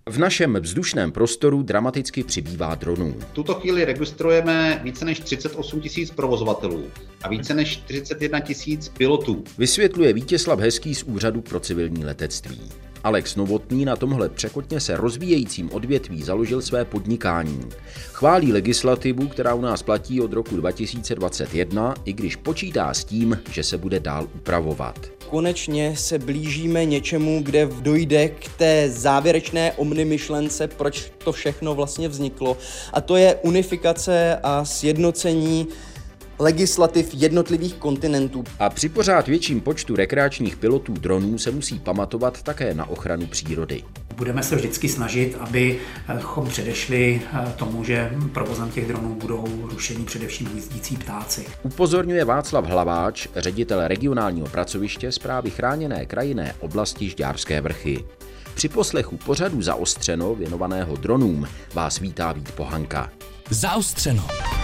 V našem vzdušném prostoru dramaticky přibývá dronů. V tuto chvíli registrujeme více než 38 000 provozovatelů a více než 41 000 pilotů. Vysvětluje Vítězslav Hezký z Úřadu pro civilní letectví. Alex Novotný na tomhle překotně se rozvíjejícím odvětví založil své podnikání. Chválí legislativu, která u nás platí od roku 2021, i když počítá s tím, že se bude dál upravovat. Konečně se blížíme něčemu, kde dojde k té závěrečné omnimyšlence, proč to všechno vlastně vzniklo. A to je unifikace a sjednocení legislativ jednotlivých kontinentů. A při pořád větším počtu rekreačních pilotů dronů se musí pamatovat také na ochranu přírody. Budeme se vždycky snažit, abychom předešli tomu, že provozem těch dronů budou rušení především hnízdící ptáci. Upozorňuje Václav Hlaváč, ředitel regionálního pracoviště Správy chráněné krajinné oblasti Žďárské Vrchy. Při poslechu pořadu Zaostřeno věnovaného dronům vás vítá Vít Pohanka. Zaostřeno.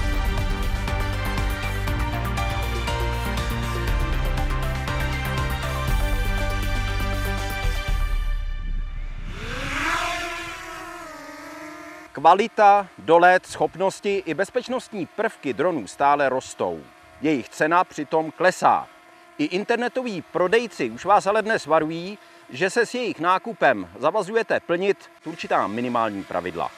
Kvalita, dolet, schopnosti i bezpečnostní prvky dronů stále rostou. Jejich cena přitom klesá. I internetoví prodejci už vás ale dnes varují, že se s jejich nákupem zavazujete plnit určitá minimální pravidla.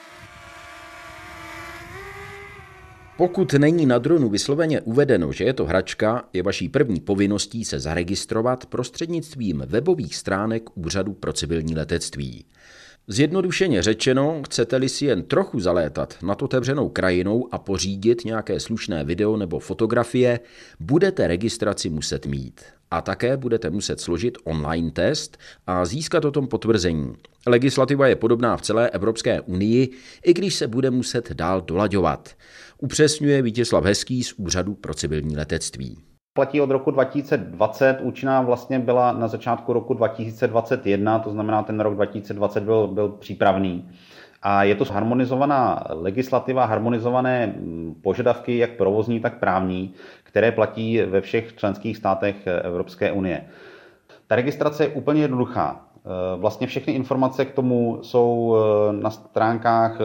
Pokud není na dronu vysloveně uvedeno, že je to hračka, je vaší první povinností se zaregistrovat prostřednictvím webových stránek Úřadu pro civilní letectví. Zjednodušeně řečeno, chcete-li si jen trochu zalétat nad otevřenou krajinou a pořídit nějaké slušné video nebo fotografie, budete registraci muset mít. A také budete muset složit online test a získat o tom potvrzení. Legislativa je podobná v celé Evropské unii, i když se bude muset dál dolaďovat. Upřesňuje Vítězslav Hezký z Úřadu pro civilní letectví. Platí od roku 2020, účinná vlastně byla na začátku roku 2021, to znamená ten rok 2020 byl přípravný. A je to harmonizovaná legislativa, harmonizované požadavky, jak provozní, tak právní, které platí ve všech členských státech Evropské unie. Ta registrace je úplně jednoduchá. Vlastně všechny informace k tomu jsou na stránkách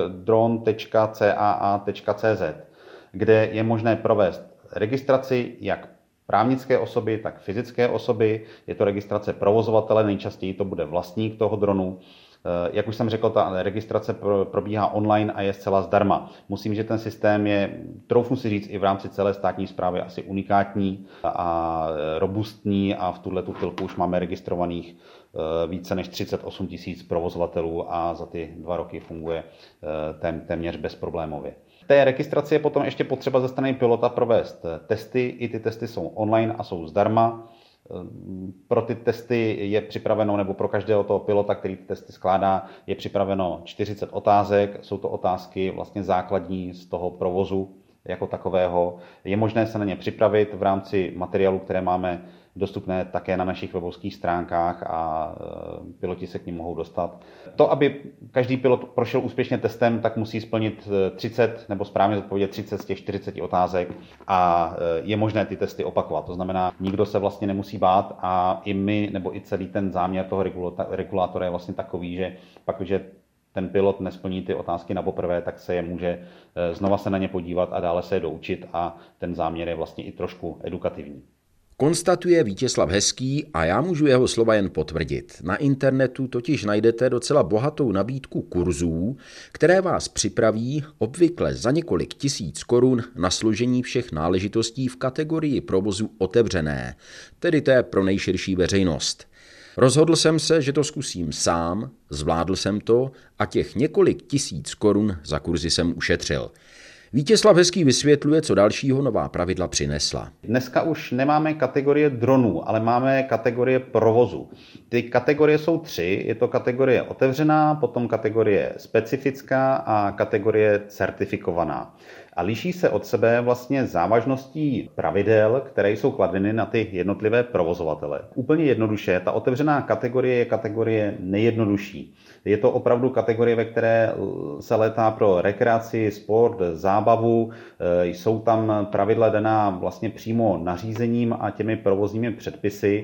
dron.caa.cz, kde je možné provést registraci jak právnické osoby, tak fyzické osoby. Je to registrace provozovatele, nejčastěji to bude vlastník toho dronu. Jak už jsem řekl, ta registrace probíhá online a je zcela zdarma. Musím, že ten systém je, troufnu si říct, i v rámci celé státní správy asi unikátní a robustní a v tuhletu chvilku už máme registrovaných více než 38 000 provozovatelů a za ty 2 roky funguje téměř bezproblémově. V té registraci je potom ještě potřeba ze strany pilota provést testy. I ty testy jsou online a jsou zdarma. Pro ty testy je připraveno, nebo pro každého toho pilota, který ty testy skládá, je připraveno 40 otázek. Jsou to otázky vlastně základní z toho provozu jako takového. Je možné se na ně připravit v rámci materiálu, které máme dostupné také na našich webovských stránkách a piloti se k nim mohou dostat. To, aby každý pilot prošel úspěšně testem, tak musí splnit 30 nebo správně zodpovědět 30 z těch 40 otázek a je možné ty testy opakovat. To znamená, nikdo se vlastně nemusí bát a i my nebo i celý ten záměr toho regulátora je vlastně takový, že pak, když ten pilot nesplní ty otázky na poprvé, tak se je může znova se na ně podívat a dále se je doučit a ten záměr je vlastně i trošku edukativní. Konstatuje Vítězslav Hezký a já můžu jeho slova jen potvrdit. Na internetu totiž najdete docela bohatou nabídku kurzů, které vás připraví obvykle za několik tisíc korun na složení všech náležitostí v kategorii provozu otevřené, tedy té pro nejširší veřejnost. Rozhodl jsem se, že to zkusím sám, zvládl jsem to a těch několik tisíc korun za kurzy jsem ušetřil. Vítězslav Hezký vysvětluje, co dalšího nová pravidla přinesla. Dneska už nemáme kategorie dronů, ale máme kategorie provozu. Ty kategorie jsou 3. Je to kategorie otevřená, potom kategorie specifická a kategorie certifikovaná. A liší se od sebe vlastně závažností pravidel, které jsou kladeny na ty jednotlivé provozovatele. Úplně jednoduše, ta otevřená kategorie je kategorie nejjednodušší. Je to opravdu kategorie, ve které se létá pro rekreaci, sport, zábavu. Jsou tam pravidla daná vlastně přímo nařízením a těmi provozními předpisy.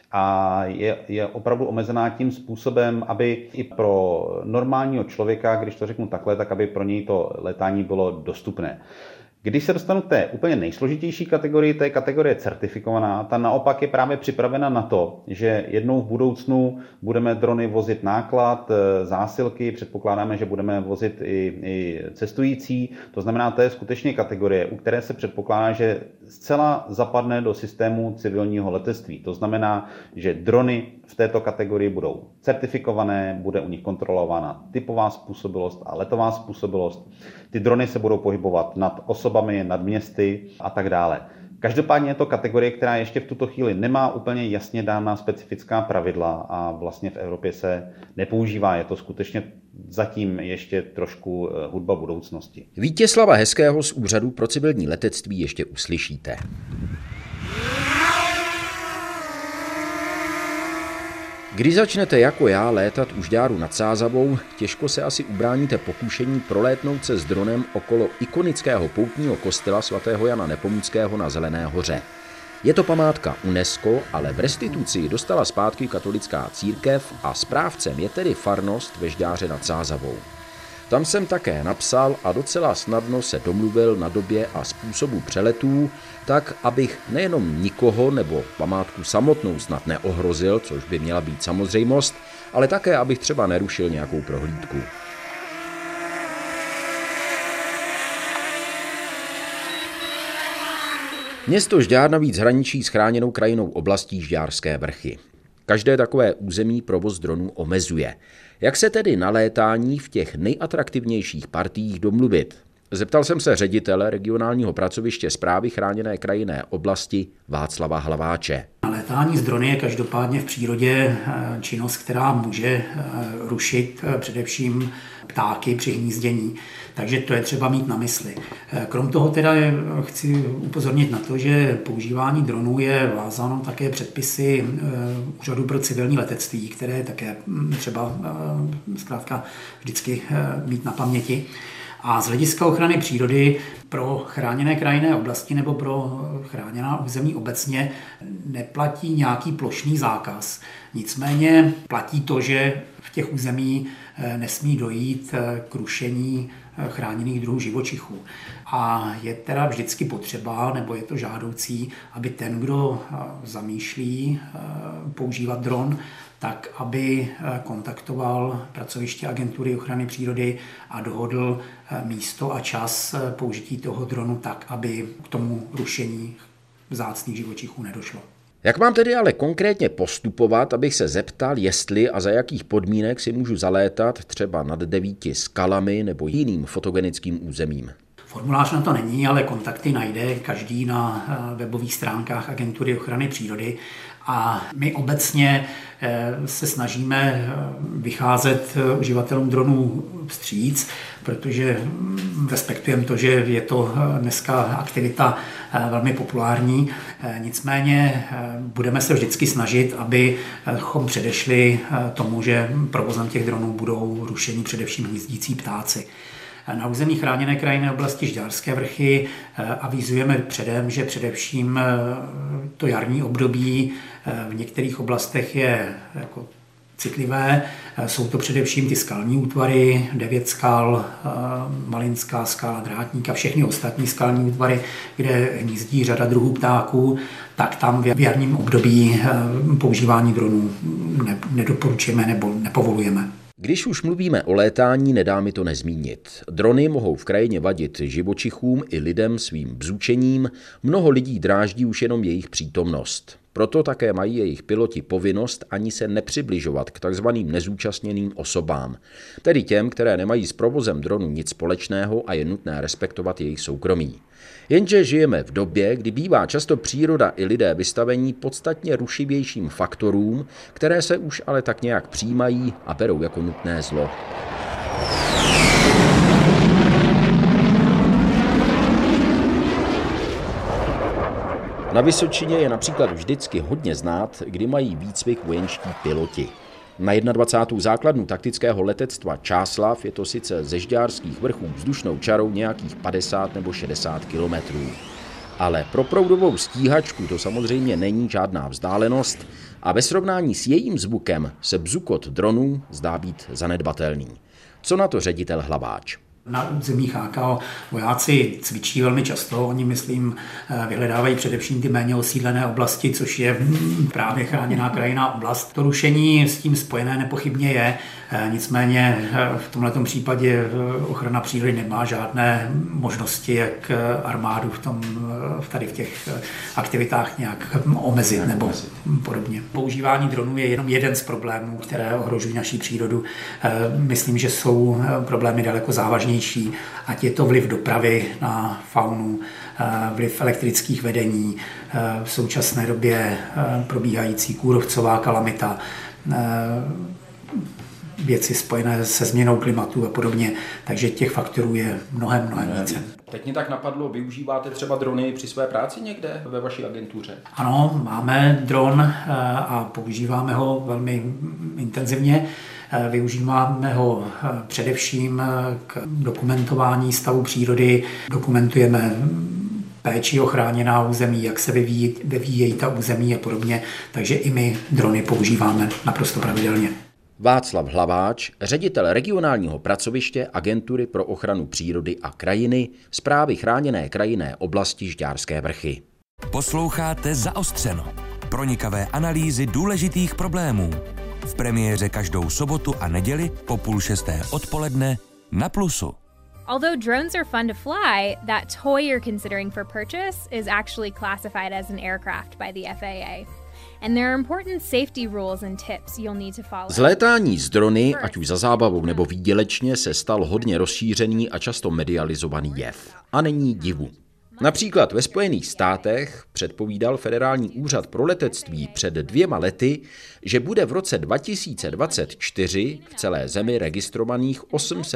a je opravdu omezená tím způsobem, aby i pro normálního člověka, když to řeknu takhle, tak aby pro něj to létání bylo dostupné. Když se dostanu k té úplně nejsložitější kategorii, to je kategorie certifikovaná, ta naopak je právě připravena na to, že jednou v budoucnu budeme drony vozit náklad, zásilky, předpokládáme, že budeme vozit i cestující, to znamená, to je skutečně kategorie, u které se předpokládá, že zcela zapadne do systému civilního letectví. To znamená, že drony v této kategorii budou certifikované, bude u nich kontrolována typová způsobilost a letová způsobilost. Ty drony se budou pohybovat nad osobami, nad městy a tak dále. Každopádně je to kategorie, která ještě v tuto chvíli nemá úplně jasně dána specifická pravidla a vlastně v Evropě se nepoužívá. Je to skutečně zatím ještě trošku hudba budoucnosti. Vítězslava Hezkého z Úřadu pro civilní letectví ještě uslyšíte. Když začnete jako já létat u Žďáru nad Sázavou, těžko se asi ubráníte pokušení prolétnout se s dronem okolo ikonického poutního kostela svatého Jana Nepomuckého na Zelené hoře. Je to památka UNESCO, ale v restituci dostala zpátky katolická církev a správcem je tedy farnost ve Žďáře nad Sázavou. Tam jsem také napsal a docela snadno se domluvil na době a způsobu přeletů, tak abych nejenom nikoho nebo památku samotnou snad neohrozil, což by měla být samozřejmost, ale také abych třeba nerušil nějakou prohlídku. Město Žďár navíc hraničí s chráněnou krajinnou oblastí Žďárské vrchy. Každé takové území provoz dronů omezuje. Jak se tedy na létání v těch nejatraktivnějších partiích domluvit? Zeptal jsem se ředitele regionálního pracoviště Správy chráněné krajinné oblasti Václava Hlaváče. Létání s drony je každopádně v přírodě činnost, která může rušit především ptáky při hnízdění, takže to je třeba mít na mysli. Krom toho teda chci upozornit na to, že používání dronů je vázáno také předpisy Úřadu pro civilní letectví, které je také třeba zkrátka vždycky mít na paměti. A z hlediska ochrany přírody pro chráněné krajinné oblasti nebo pro chráněná území obecně neplatí nějaký plošný zákaz. Nicméně platí to, že v těch území nesmí dojít k rušení chráněných druhů živočichů. A je teda vždycky potřeba, nebo je to žádoucí, aby ten, kdo zamýšlí používat dron, tak aby kontaktoval pracoviště Agentury ochrany přírody a dohodl místo a čas použití toho dronu tak, aby k tomu rušení vzácných živočichů nedošlo. Jak mám tedy ale konkrétně postupovat, abych se zeptal, jestli a za jakých podmínek si můžu zalétat třeba nad 9 skalami nebo jiným fotogenickým územím? Formulář na to není, ale kontakty najde každý na webových stránkách Agentury ochrany přírody a my obecně se snažíme vycházet uživatelům dronů vstříc, protože respektujeme to, že je to dneska aktivita velmi populární. Nicméně budeme se vždycky snažit, abychom předešli tomu, že provozem těch dronů budou rušení především hnízdící ptáci. Na území chráněné krajinné oblasti Žďárské vrchy avizujeme předem, že především to jarní období v některých oblastech je jako citlivé. Jsou to především ty skalní útvary, 9 skal, Malinská skala, Drátník a všechny ostatní skalní útvary, kde hnízdí řada druhů ptáků, tak tam v jarním období používání dronů nedoporučujeme nebo nepovolujeme. Když už mluvíme o létání, nedá mi to nezmínit. Drony mohou v krajině vadit živočichům i lidem svým bzučením, mnoho lidí dráždí už jenom jejich přítomnost. Proto také mají jejich piloti povinnost ani se nepřibližovat k takzvaným nezúčastněným osobám, tedy těm, které nemají s provozem dronů nic společného a je nutné respektovat jejich soukromí. Jenže žijeme v době, kdy bývá často příroda i lidé vystavení podstatně rušivějším faktorům, které se už ale tak nějak přijímají a berou jako nutné zlo. Na Vysočině je například vždycky hodně znát, kdy mají výcvik vojenští piloti. Na 21. základnu taktického letectva Čáslav je to sice ze Žďárských vrchů vzdušnou čarou nějakých 50 nebo 60 kilometrů. Ale pro proudovou stíhačku to samozřejmě není žádná vzdálenost A ve srovnání s jejím zvukem se bzukot dronů zdá být zanedbatelný. Co na to ředitel Hlaváč? Na území CHKO vojáci cvičí velmi často, oni, myslím, vyhledávají především ty méně osídlené oblasti, což je právě chráněná krajinná oblast. To rušení s tím spojené nepochybně je, nicméně v tomto případě ochrana přírody nemá žádné možnosti, jak armádu tady v těch aktivitách nějak omezit nebo podobně. Používání dronů je jenom jeden z problémů, které ohrožují naši přírodu. Myslím, že jsou problémy daleko závažnější. Ať je to vliv dopravy na faunu, vliv elektrických vedení, v současné době probíhající kůrovcová kalamita, věci spojené se změnou klimatu a podobně. Takže těch faktorů je mnohem více. Teď mě tak napadlo, využíváte třeba drony při své práci někde ve vaší agentuře? Ano, máme dron a používáme ho velmi intenzivně. Využíváme ho především k dokumentování stavu přírody, dokumentujeme péči o chráněná území, jak se vyvíjejí ta území a podobně, takže i my drony používáme naprosto pravidelně. Václav Hlaváč, ředitel regionálního pracoviště Agentury pro ochranu přírody a krajiny, Správy chráněné krajinné oblasti Žďárské Vrchy. Posloucháte Zaostřeno. Pronikavé analýzy důležitých problémů. V premiéře každou sobotu a neděli po 5:30 odpoledne na Plusu. Although drones are fun to fly, that toy you're considering for purchase is actually classified as an aircraft by the FAA. And there are important safety rules and tips you'll need to follow. Zlétání z drony, ať už za zábavou nebo výdělečně, se stal hodně rozšířený a často medializovaný jev. A není divu. Například ve Spojených státech předpovídal Federální úřad pro letectví před 2 lety, že bude v roce 2024 v celé zemi registrovaných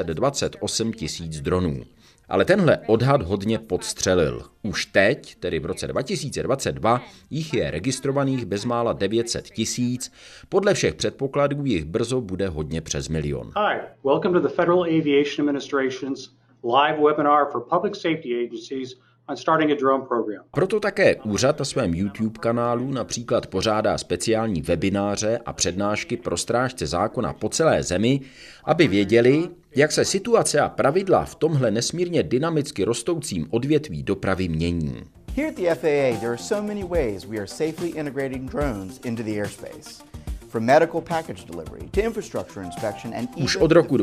828 000 dronů. Ale tenhle odhad hodně podstřelil. Už teď, tedy v roce 2022, jich je registrovaných bezmála 900 000, podle všech předpokladů jich brzo bude hodně přes 1 000 000. Hi, welcome to the Federal Aviation Administration's live webinar for public safety agencies on starting a drone program. Proto také úřad na svém YouTube kanálu například pořádá speciální webináře a přednášky pro strážce zákona po celé zemi, aby věděli, jak se situace a pravidla v tomhle nesmírně dynamicky rostoucím odvětví dopravy mění. Here at the FAA, there are so many ways we are safely integrating drones into the airspace. From medical package delivery to infrastructure inspection and Už od roku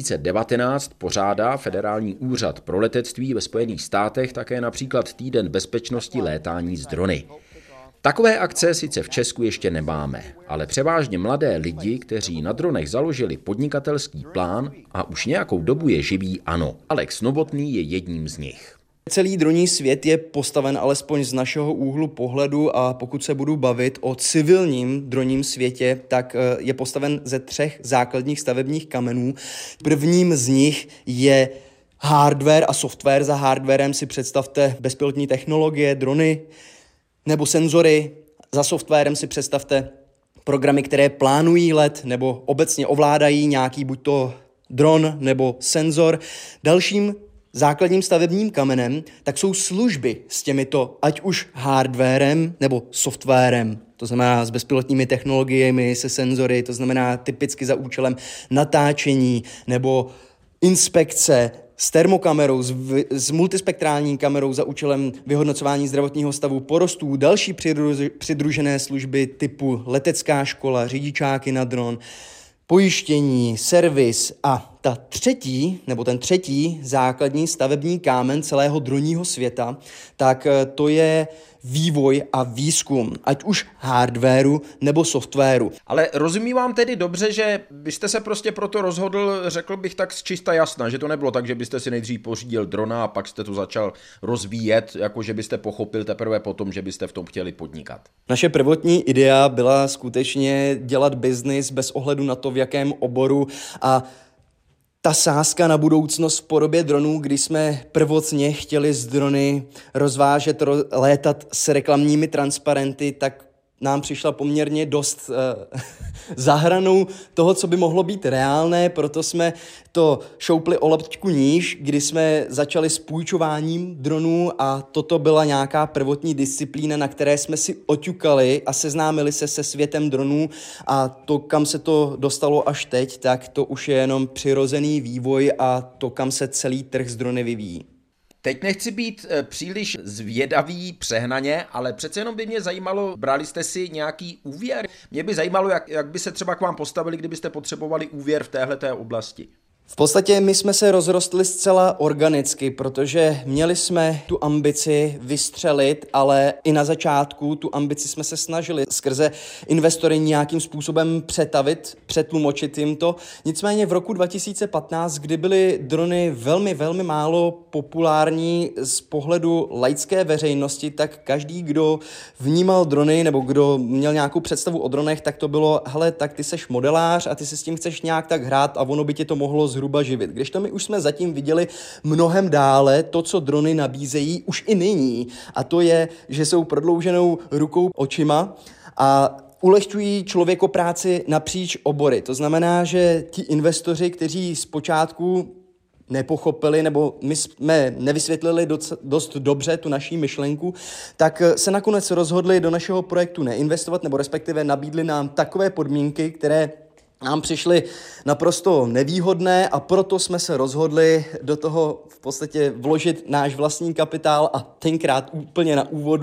2019 pořádá Federální úřad pro letectví ve Spojených státech také například Týden bezpečnosti létání s drony. Takové akce sice v Česku ještě nemáme, ale převážně mladé lidi, kteří na dronech založili podnikatelský plán a už nějakou dobu je živí, ano. Alex Novotný je jedním z nich. Celý dronní svět je postaven alespoň z našeho úhlu pohledu a pokud se budu bavit o civilním dronním světě, tak je postaven ze 3 základních stavebních kamenů. Prvním z nich je hardware a software. Za hardwarem si představte bezpilotní technologie, drony nebo senzory. Za softwarem si představte programy, které plánují let nebo obecně ovládají nějaký buď to dron nebo senzor. Dalším základním stavebním kamenem, tak jsou služby s těmito, ať už hardwarem nebo softwarem. To znamená s bezpilotními technologiemi, se senzory, to znamená typicky za účelem natáčení nebo inspekce, s termokamerou, s multispektrální kamerou za účelem vyhodnocování zdravotního stavu porostů, další přidružené služby typu letecká škola, řidičáky na dron, pojištění, servis a ten třetí základní stavební kámen celého dronního světa, tak to je vývoj a výzkum, ať už hardwaru nebo softwaru. Ale rozumím vám tedy dobře, že byste se prostě proto rozhodl, řekl bych tak z čista jasna, že to nebylo tak, že byste si nejdřív pořídil drona a pak jste to začal rozvíjet, jako že byste pochopil teprve potom, že byste v tom chtěli podnikat. Naše prvotní idea byla skutečně dělat biznis bez ohledu na to, v jakém oboru a ta sázka na budoucnost v podobě dronů, kdy jsme prvotně chtěli z drony rozvážet, létat s reklamními transparenty, tak nám přišla poměrně dost za hranou toho, co by mohlo být reálné, proto jsme to šoupli o lepku níž, kdy jsme začali s půjčováním dronů a toto byla nějaká prvotní disciplína, na které jsme si oťukali a seznámili se světem dronů a to, kam se to dostalo až teď, tak to už je jenom přirozený vývoj a to, kam se celý trh s drony vyvíjí. Teď nechci být příliš zvědavý přehnaně, ale přece jenom by mě zajímalo, brali jste si nějaký úvěr? Mě by zajímalo, jak by se třeba k vám postavili, kdybyste potřebovali úvěr v téhleté oblasti. V podstatě my jsme se rozrostli zcela organicky, protože měli jsme tu ambici vystřelit, ale i na začátku tu ambici jsme se snažili skrze investory nějakým způsobem přetavit, přetlumočit jim to. Nicméně v roku 2015, kdy byly drony velmi, velmi málo populární z pohledu laické veřejnosti, tak každý, kdo vnímal drony nebo kdo měl nějakou představu o dronech, tak to bylo, hele, tak ty seš modelář a ty si s tím chceš nějak tak hrát a ono by tě to mohlo zhruba živit. Kdežto my už jsme zatím viděli mnohem dále to, co drony nabízejí už i nyní. A to je, že jsou prodlouženou rukou, očima a ulehčují člověkopráci napříč obory. To znamená, že ti investoři, kteří zpočátku nepochopili, nebo my jsme nevysvětlili dost dobře tu naší myšlenku, tak se nakonec rozhodli do našeho projektu neinvestovat, nebo respektive nabídli nám takové podmínky, které nám přišly naprosto nevýhodné a proto jsme se rozhodli do toho v podstatě vložit náš vlastní kapitál a tenkrát úplně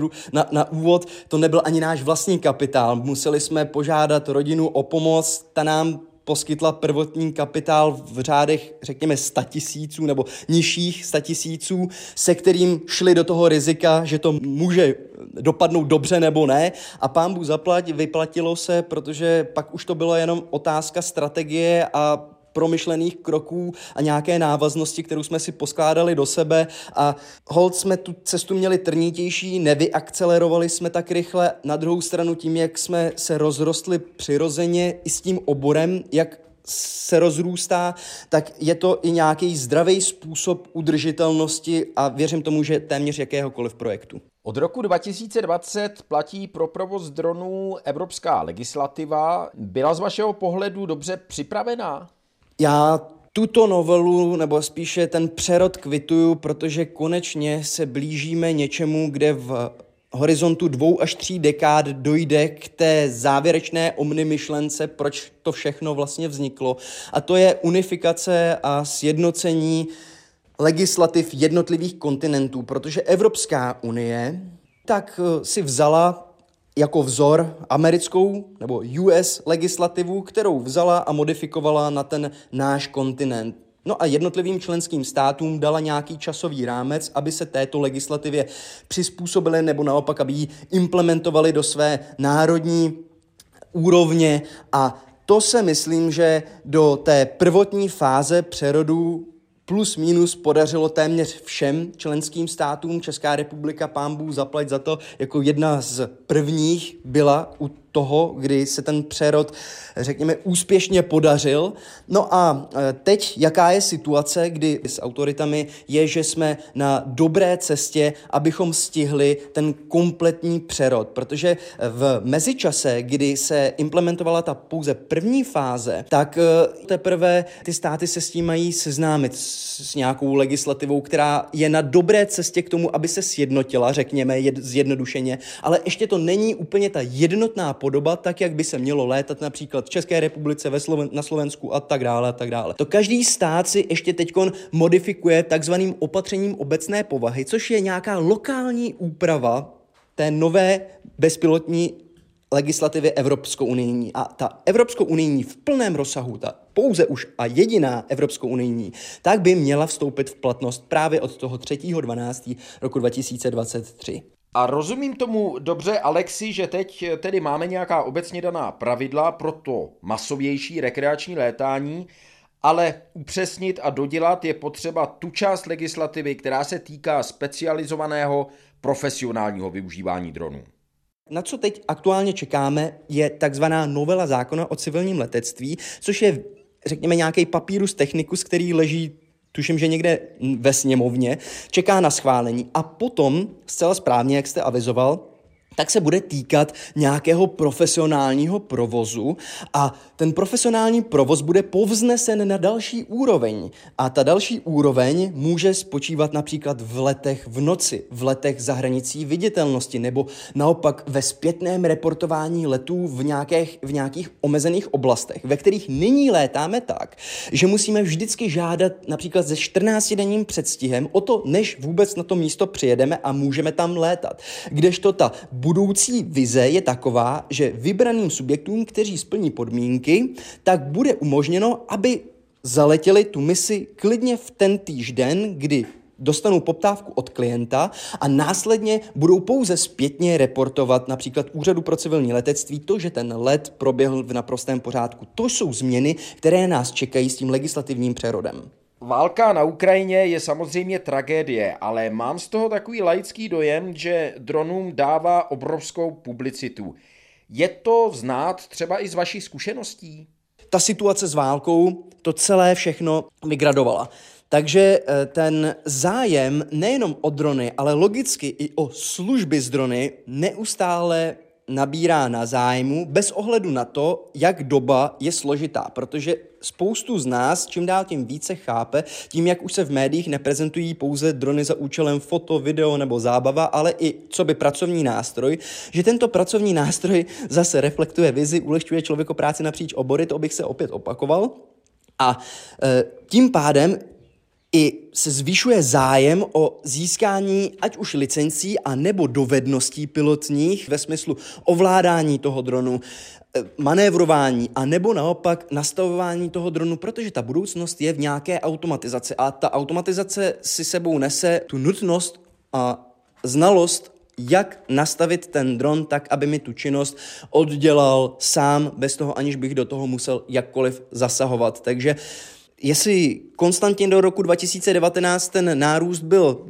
na úvod to nebyl ani náš vlastní kapitál. Museli jsme požádat rodinu o pomoc, ta nám poskytla prvotní kapitál v řádech, řekněme, 100 000 nebo nižších 100 000, se kterým šli do toho rizika, že to může dopadnout dobře nebo ne. A pánbůh zaplať, vyplatilo se, protože pak už to byla jenom otázka strategie a promyšlených kroků a nějaké návaznosti, kterou jsme si poskládali do sebe a holt jsme tu cestu měli trnitější, nevyakcelerovali jsme tak rychle. Na druhou stranu tím, jak jsme se rozrostli přirozeně i s tím oborem, jak se rozrůstá, tak je to i nějaký zdravý způsob udržitelnosti a věřím tomu, že téměř jakéhokoliv projektu. Od roku 2020 platí pro provoz dronů evropská legislativa. Byla z vašeho pohledu dobře připravená? Já tuto novelu, nebo spíše ten přerod kvituju, protože konečně se blížíme něčemu, kde v horizontu 2 až 3 dekád dojde k té závěrečné omnimyšlence, proč to všechno vlastně vzniklo. A to je unifikace a sjednocení legislativ jednotlivých kontinentů, protože Evropská unie tak si vzala jako vzor americkou nebo US legislativu, kterou vzala a modifikovala na ten náš kontinent. No a jednotlivým členským státům dala nějaký časový rámec, aby se této legislativě přizpůsobili nebo naopak, aby ji implementovali do své národní úrovně. A to se myslím, že do té prvotní fáze přerodu plus minus podařilo téměř všem členským státům. Česká republika, pánbůh zaplať za to, jako jedna z prvních byla u toho, kdy se ten přerod, řekněme, úspěšně podařil. No a teď, jaká je situace, kdy s autoritami je, že jsme na dobré cestě, abychom stihli ten kompletní přerod, protože v mezičase, kdy se implementovala ta pouze první fáze, tak teprve ty státy se s tím mají seznámit s nějakou legislativou, která je na dobré cestě k tomu, aby se sjednotila, řekněme, zjednodušeně, ale ještě to není úplně ta jednotná podoba, tak jak by se mělo létat například v České republice, na Slovensku a tak dále a tak dále. To každý stát si ještě teďkon modifikuje takzvaným opatřením obecné povahy, což je nějaká lokální úprava té nové bezpilotní legislativy evropsko-unijní. A ta evropsko-unijní v plném rozsahu, ta pouze už a jediná evropsko-unijní, tak by měla vstoupit v platnost právě od toho 3.12. roku 2023. A rozumím tomu dobře, Alexi, že teď tedy máme nějaká obecně daná pravidla pro to masovější rekreační létání, ale upřesnit a dodělat je potřeba tu část legislativy, která se týká specializovaného profesionálního využívání dronů. Na co teď aktuálně čekáme, je takzvaná novela zákona o civilním letectví, což je, řekněme, nějaký papírus technicus, který leží, tuším, že někde ve sněmovně, čeká na schválení. A potom, zcela správně, jak jste avizoval, tak se bude týkat nějakého profesionálního provozu a ten profesionální provoz bude povznesen na další úroveň. A ta další úroveň může spočívat například v letech v noci, v letech za hranicí viditelnosti nebo naopak ve zpětném reportování letů v nějakých omezených oblastech, ve kterých nyní létáme tak, že musíme vždycky žádat například se 14denním předstihem o to, než vůbec na to místo přijedeme a můžeme tam létat. Kdežto ta budoucí vize je taková, že vybraným subjektům, kteří splní podmínky, tak bude umožněno, aby zaletěli tu misi klidně v ten týž den, kdy dostanou poptávku od klienta a následně budou pouze zpětně reportovat například Úřadu pro civilní letectví to, že ten let proběhl v naprostém pořádku. To jsou změny, které nás čekají s tím legislativním přerodem. Válka na Ukrajině je samozřejmě tragédie, ale mám z toho takový laický dojem, že dronům dává obrovskou publicitu. Je to znát třeba i z vašich zkušeností? Ta situace s válkou to celé všechno vygradovala. Takže ten zájem nejenom o drony, ale logicky i o služby z drony neustále nabírá na zájmu bez ohledu na to, jak doba je složitá, protože spoustu z nás čím dál tím více chápe, tím, jak už se v médiích neprezentují pouze drony za účelem foto, video nebo zábava, ale i coby pracovní nástroj, že tento pracovní nástroj zase reflektuje vizi, ulehčuje člověku práci napříč obory, to bych se opět opakoval. A tím pádem i se zvyšuje zájem o získání ať už licencí a nebo dovedností pilotních ve smyslu ovládání toho dronu, manévrování a nebo naopak nastavování toho dronu, protože ta budoucnost je v nějaké automatizaci a ta automatizace si sebou nese tu nutnost a znalost, jak nastavit ten dron tak, aby mi tu činnost oddělal sám, bez toho, aniž bych do toho musel jakkoliv zasahovat. Takže jestli konstantně do roku 2019 ten nárůst byl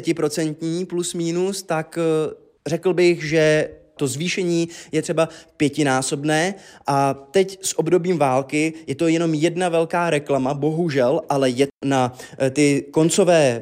10% plus minus, tak řekl bych, že to zvýšení je třeba 5násobné a teď s obdobím války je to jenom jedna velká reklama, bohužel, ale je na ty koncové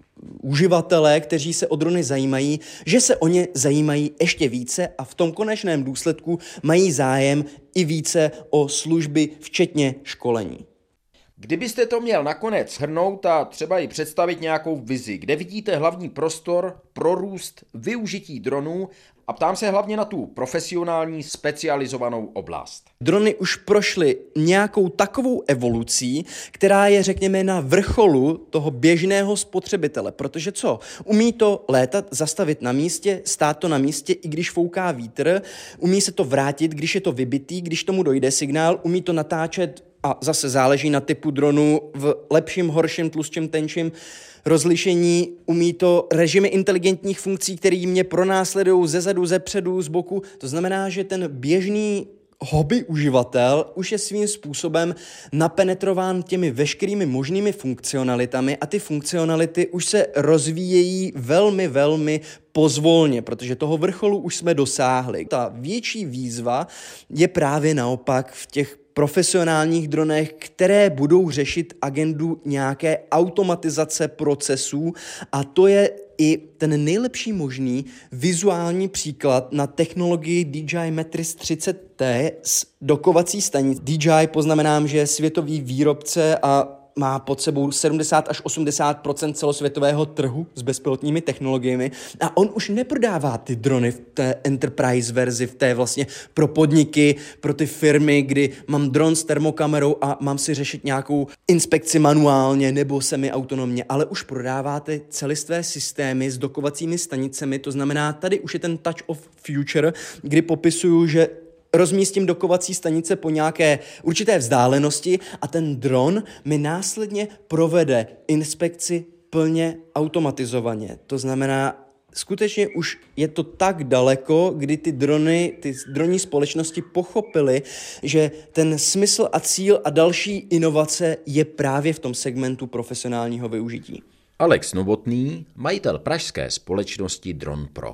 uživatelé, kteří se o drony zajímají, že se o ně zajímají ještě více a v tom konečném důsledku mají zájem i více o služby, včetně školení. Kdybyste to měl nakonec shrnout a třeba i představit nějakou vizi, kde vidíte hlavní prostor pro růst využití dronů a ptám se hlavně na tu profesionální specializovanou oblast. Drony už prošly nějakou takovou evolucí, která je, řekněme, na vrcholu toho běžného spotřebitele, protože co? Umí to létat, zastavit na místě, stát to na místě, i když fouká vítr, umí se to vrátit, když je to vybitý, když tomu dojde signál, umí to natáčet a zase záleží na typu dronu v lepším, horším, tlustším, tenčím rozlišení, umí to režimy inteligentních funkcí, které mě pronásledují zezadu, zepředu, z boku. To znamená, že ten běžný hobby uživatel už je svým způsobem napenetrován těmi veškerými možnými funkcionalitami a ty funkcionality už se rozvíjejí velmi, velmi pozvolně, protože toho vrcholu už jsme dosáhli. Ta větší výzva je právě naopak v těch profesionálních dronech, které budou řešit agendu nějaké automatizace procesů a to je i ten nejlepší možný vizuální příklad na technologii DJI Matrix 30T z dokovací stanic. DJI poznamenám, že je světový výrobce a má pod sebou 70 až 80% celosvětového trhu s bezpilotními technologiemi a on už neprodává ty drony v té enterprise verzi, v té vlastně pro podniky, pro ty firmy, kdy mám dron s termokamerou a mám si řešit nějakou inspekci manuálně nebo semi-autonomně, ale už prodáváte celistvé systémy s dokovacími stanicemi, to znamená, tady už je ten touch of future, kdy popisuju, že rozmístím dokovací stanice po nějaké určité vzdálenosti a ten dron mi následně provede inspekci plně automatizovaně. To znamená, skutečně už je to tak daleko, kdy ty dronní společnosti pochopily, že ten smysl a cíl a další inovace je právě v tom segmentu profesionálního využití. Alex Novotný, majitel pražské společnosti Dron Pro.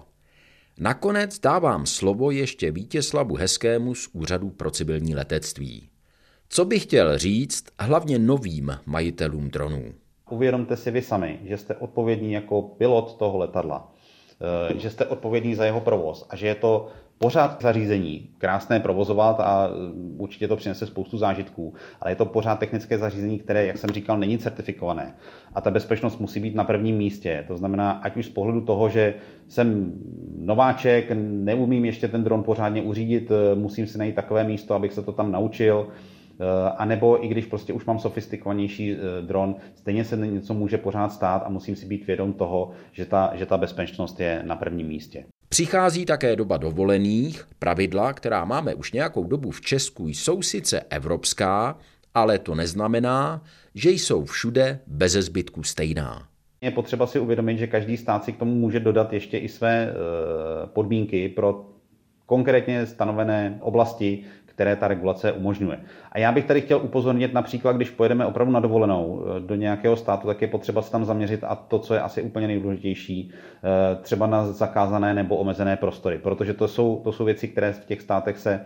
Nakonec dávám slovo ještě Vítězslavu Hezkému z Úřadu pro civilní letectví. Co bych chtěl říct hlavně novým majitelům dronů? Uvědomte si vy sami, že jste odpovědní jako pilot toho letadla. že jste odpovědný za jeho provoz a že je to pořád zařízení, krásné provozovat a určitě to přinese spoustu zážitků, ale je to pořád technické zařízení, které, jak jsem říkal, není certifikované. A ta bezpečnost musí být na prvním místě. To znamená, ať už z pohledu toho, že jsem nováček, neumím ještě ten dron pořádně uřídit, musím si najít takové místo, abych se to tam naučil, a nebo i když prostě už mám sofistikovanější dron, stejně se něco může pořád stát a musím si být vědom toho, že ta bezpečnost je na prvním místě. Přichází také doba dovolených. Pravidla, která máme už nějakou dobu v Česku, jsou sice evropská, ale to neznamená, že jsou všude beze zbytku stejná. Je potřeba si uvědomit, že každý stát si k tomu může dodat ještě i své podmínky pro konkrétně stanovené oblasti, které ta regulace umožňuje. A já bych tady chtěl upozornit například, když pojedeme opravdu na dovolenou do nějakého státu, tak je potřeba se tam zaměřit a to, co je asi úplně nejdůležitější, třeba na zakázané nebo omezené prostory, protože to jsou věci, které v těch státech se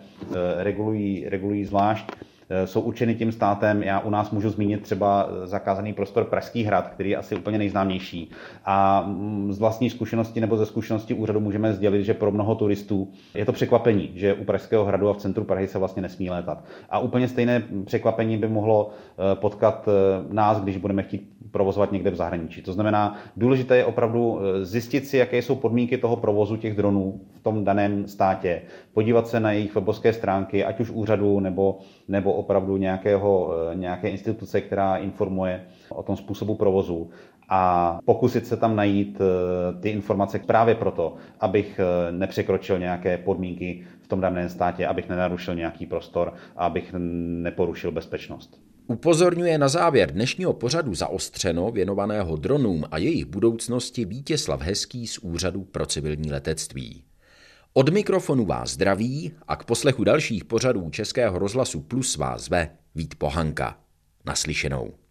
regulují zvlášť. Jsou určeny tím státem. Já u nás můžu zmínit třeba zakázaný prostor Pražský hrad, který je asi úplně nejznámější. A z vlastní zkušenosti nebo ze zkušenosti úřadu můžeme sdělit, že pro mnoho turistů je to překvapení, že u Pražského hradu a v centru Prahy se vlastně nesmí létat. A úplně stejné překvapení by mohlo potkat nás, když budeme chtít provozovat někde v zahraničí. To znamená, důležité je opravdu zjistit si, jaké jsou podmínky toho provozu těch dronů v tom daném státě, podívat se na jejich webovské stránky, ať už úřadu nebo opravdu nějaké instituce, která informuje o tom způsobu provozu a pokusit se tam najít ty informace právě proto, abych nepřekročil nějaké podmínky v tom daném státě, abych nenarušil nějaký prostor a abych neporušil bezpečnost. Upozorňuje na závěr dnešního pořadu Zaostřeno věnovaného dronům a jejich budoucnosti Vítězslav Hezký z Úřadu pro civilní letectví. Od mikrofonu vás zdraví a k poslechu dalších pořadů Českého rozhlasu Plus vás zve Vít Pohanka. Naslyšenou.